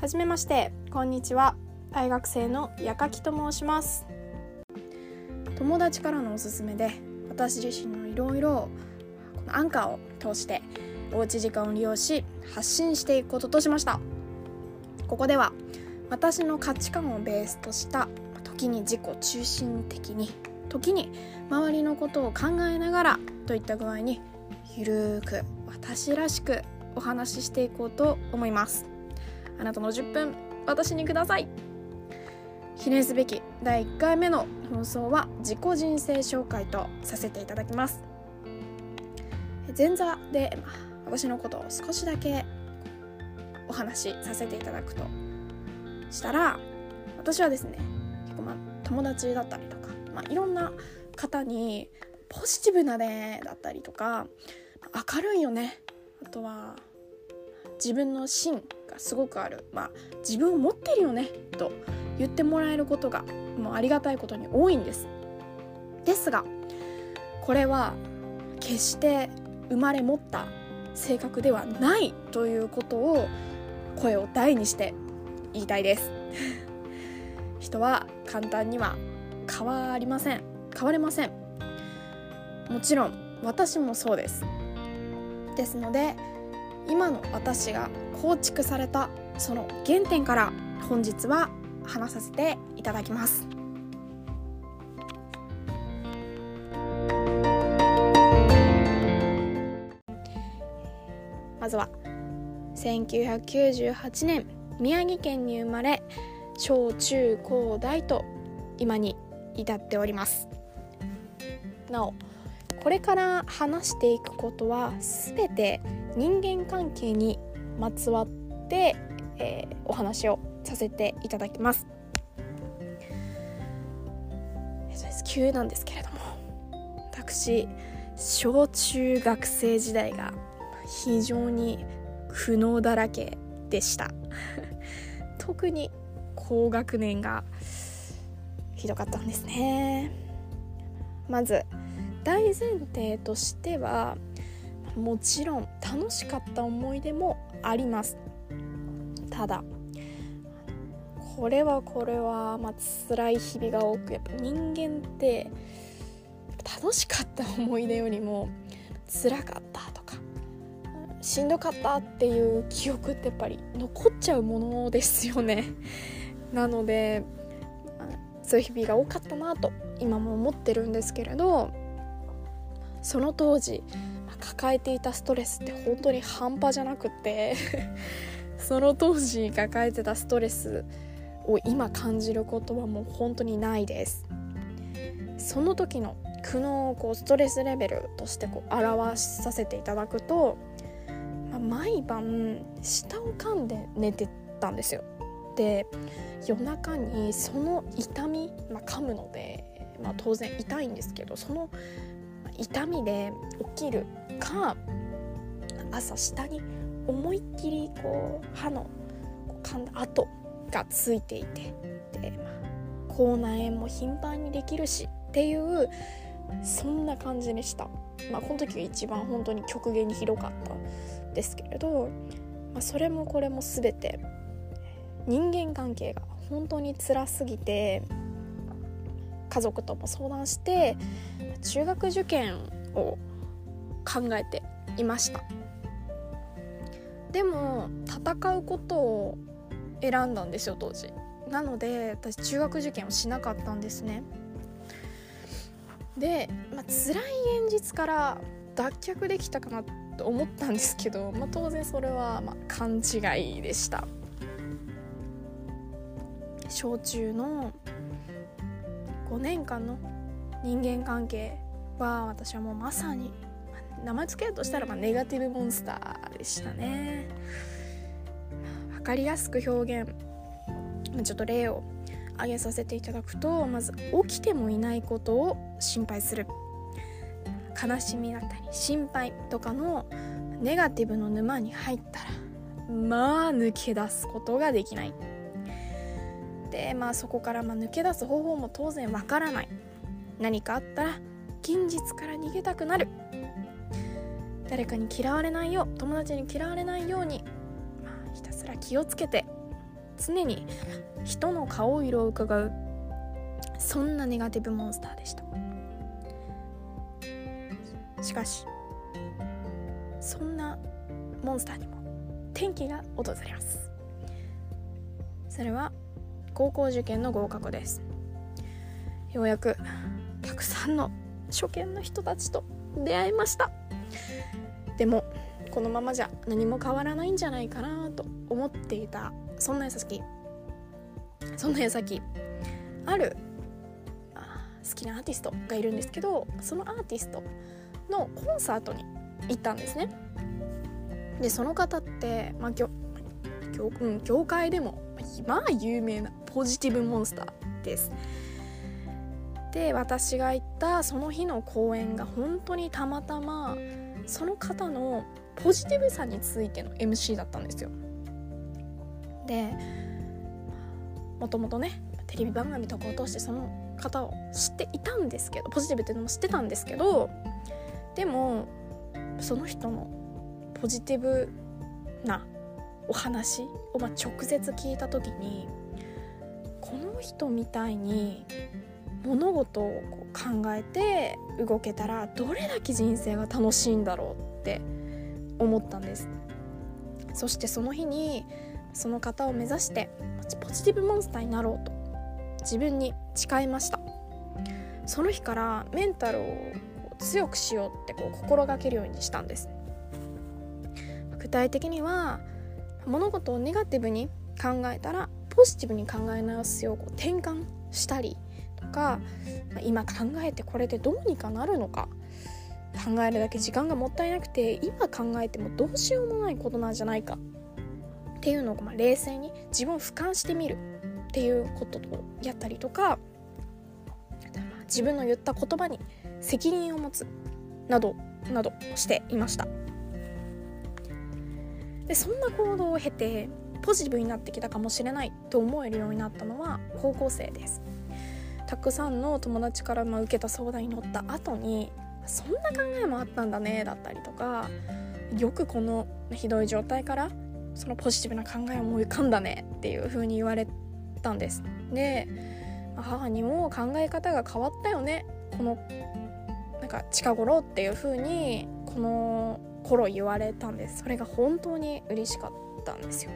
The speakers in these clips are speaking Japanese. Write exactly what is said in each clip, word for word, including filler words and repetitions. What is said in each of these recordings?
はじめまして、こんにちは。大学生のやかきと申します。友達からのおすすめで、私自身のいろいろこのアンカーを通しておうち時間を利用し発信していくこととしました。ここでは私の価値観をベースとした時に自己中心的に、時に周りのことを考えながらといった具合にゆるーく私らしくお話ししていこうと思います。あなたのじゅっぷん私にください。記念すべきだいいっかいめの放送は自己人生紹介とさせていただきます。前座で私のことを少しだけお話しさせていただくとしたら、私はですね、結構まあ友達だったりとか、まあ、いろんな方にポジティブなねだったりとか、明るいよね、あとは自分の芯がすごくある、まあ、自分を持ってるよねと言ってもらえることがもうありがたいことに多いんです。ですがこれは決して生まれ持った性格ではないということを声を大にして言いたいです人は簡単には変わりません変われません。もちろん私もそうです。ですので今の私が構築されたその原点から本日は話させていただきます。まずはせんきゅうひゃくきゅうじゅうはちねん宮城県に生まれ、小中高大と今に至っております。なおこれから話していくことはすべて人間関係にまつわって、えー、お話をさせていただきます。急なんですけれども、私小中学生時代が非常に苦悩だらけでした特に高学年がひどかったんですね。まず大前提としては、もちろん楽しかった思い出もあります。ただこれはこれはまあ辛い日々が多く、やっぱ人間って楽しかった思い出よりも辛かったとかしんどかったっていう記憶ってやっぱり残っちゃうものですよねなのでそういう日々が多かったなと今も思ってるんですけれど、その当時抱えていたストレスって本当に半端じゃなくってその当時抱えてたストレスを今感じることはもう本当にないです。その時の苦悩をこうストレスレベルとしてこう表させていただくと、まあ、毎晩舌を噛んで寝てたんですよ。で夜中にその痛み、まあ、噛むので、まあ、当然痛いんですけど、その痛みで起きるか、朝下に思いっきりこう歯のこう噛んだ跡がついていて、で、まあ、口内炎も頻繁にできるしっていうそんな感じでした。まあこの時が一番本当に極限にひどかったんですけれど、まあ、それもこれも全て人間関係が本当に辛すぎて、家族とも相談して中学受験を考えていました。でも戦うことを選んだんですよ当時。なので私中学受験をしなかったんですね。で、まあ、辛い現実から脱却できたかなと思ったんですけど、まあ、当然それはまあ勘違いでした。小中のごねんかんの人間関係は私はもうまさに名前付けるとしたらまあネガティブモンスターでしたね。わかりやすく表現、ちょっと例を挙げさせていただくと、まず起きてもいないことを心配する、悲しみだったり心配とかのネガティブの沼に入ったらまあ抜け出すことができない。でまあそこからまあ抜け出す方法も当然わからない。何かあったら現実から逃げたくなる。誰かに嫌われないよう、友達に嫌われないように、まあ、ひたすら気をつけて常に人の顔色を伺う、そんなネガティブモンスターでした。しかしそんなモンスターにも転機が訪れます。それは高校受験の合格です。ようやくたくさんの初見の人たちと出会いました。でもこのままじゃ何も変わらないんじゃないかなと思っていたそんな矢先そんな矢先ある好きなアーティストがいるんですけど、そのアーティストのコンサートに行ったんですね。でその方って、まあ、業, 業, うん、業界でもまあ有名なポジティブモンスターです。で私が行ったその日の公演が本当にたまたまその方のポジティブさについての エムシー だったんですよ。でもともとねテレビ番組とかを通してその方を知っていたんですけど、ポジティブっていうのも知ってたんですけど、でもその人のポジティブなお話をまあ直接聞いた時に、この人みたいに物事をこう考えて動けたらどれだけ人生が楽しいんだろうって思ったんです。そしてその日にその方を目指してポジティブモンスターになろうと自分に誓いました。その日からメンタルを強くしようってこう心がけるようにしたんです。具体的には物事をネガティブに考えたらポジティブに考え直すようこう転換したりとか、今考えてこれでどうにかなるのか、考えるだけ時間がもったいなくて今考えてもどうしようもないことなんじゃないかっていうのをまあ冷静に自分を俯瞰してみるっていうことをやったりとか、自分の言った言葉に責任を持つなどなどしていました。でそんな行動を経てポジティブになってきたかもしれないと思えるようになったのは高校生です。たくさんの友達からまあ受けた相談に乗った後に、そんな考えもあったんだねだったりとか、よくこのひどい状態からそのポジティブな考えを思い浮かんだねっていう風に言われたんです。で母にも考え方が変わったよねこのなんか近頃っていう風にこの頃言われたんです。それが本当に嬉しかったんですよ。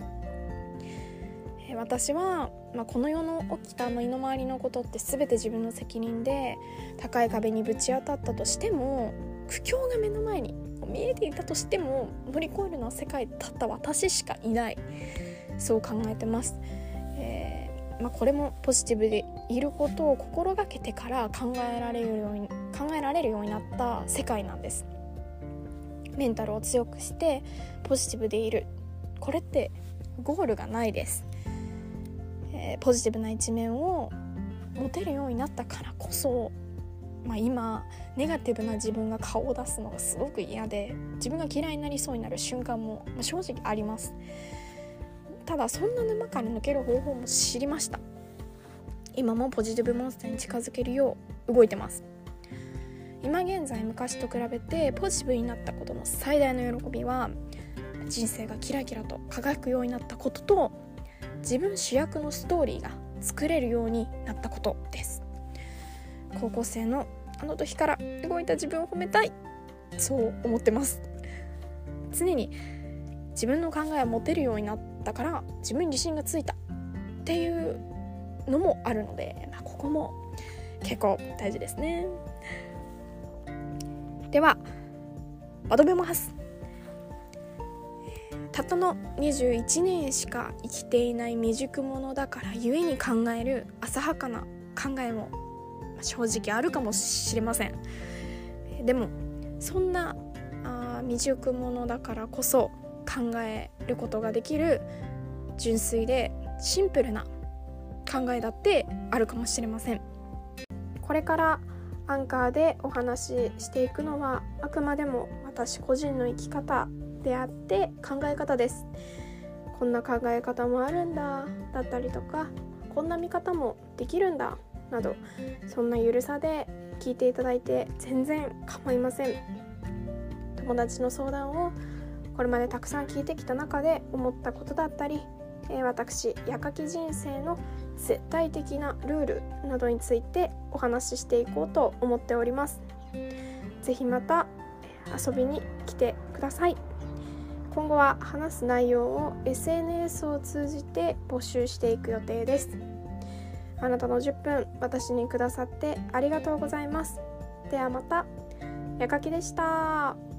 え私は、まあ、この世の起きた身の回りのことって全て自分の責任で、高い壁にぶち当たったとしても苦境が目の前に見えていたとしても乗り越えるのは世界たった私しかいない、そう考えてます。えーまあ、これもポジティブでいることを心がけてから考えられるように考えられるようになった世界なんです。メンタルを強くしてポジティブでいる、これってゴールがないです。えー、ポジティブな一面を持てるようになったからこそ、まあ、今ネガティブな自分が顔を出すのがすごく嫌で自分が嫌いになりそうになる瞬間も、まあ、正直あります。ただそんな沼から抜ける方法も知りました。今もポジティブモンスターに近づけるよう動いてます。今現在昔と比べてポジティブになったことの最大の喜びは、人生がキラキラと輝くようになったことと、自分主役のストーリーが作れるようになったことです。高校生のあの時から動いた自分を褒めたい、そう思ってます。常に自分の考えを持てるようになったから自分に自信がついたっていうのもあるので、まあ、ここも結構大事ですね。ではまとめます。たったのにじゅういちねんしか生きていない未熟者だからゆえに考える浅はかな考えも正直あるかもしれません。でもそんなあ未熟者だからこそ考えることができる純粋でシンプルな考えだってあるかもしれません。これからアンカーでお話ししていくのはあくまでも私個人の生き方であって考え方です。こんな考え方もあるんだだったりとか、こんな見方もできるんだなど、そんなゆるさで聞いていただいて全然構いません。友達の相談をこれまでたくさん聞いてきた中で思ったことだったりえー、私矢書人生の絶対的なルールなどについてお話ししていこうと思っております。ぜひまた遊びに来てください。今後は話す内容を エスエヌエス を通じて募集していく予定です。あなたのじゅっぷん私にくださってありがとうございます。ではまた。矢書でした。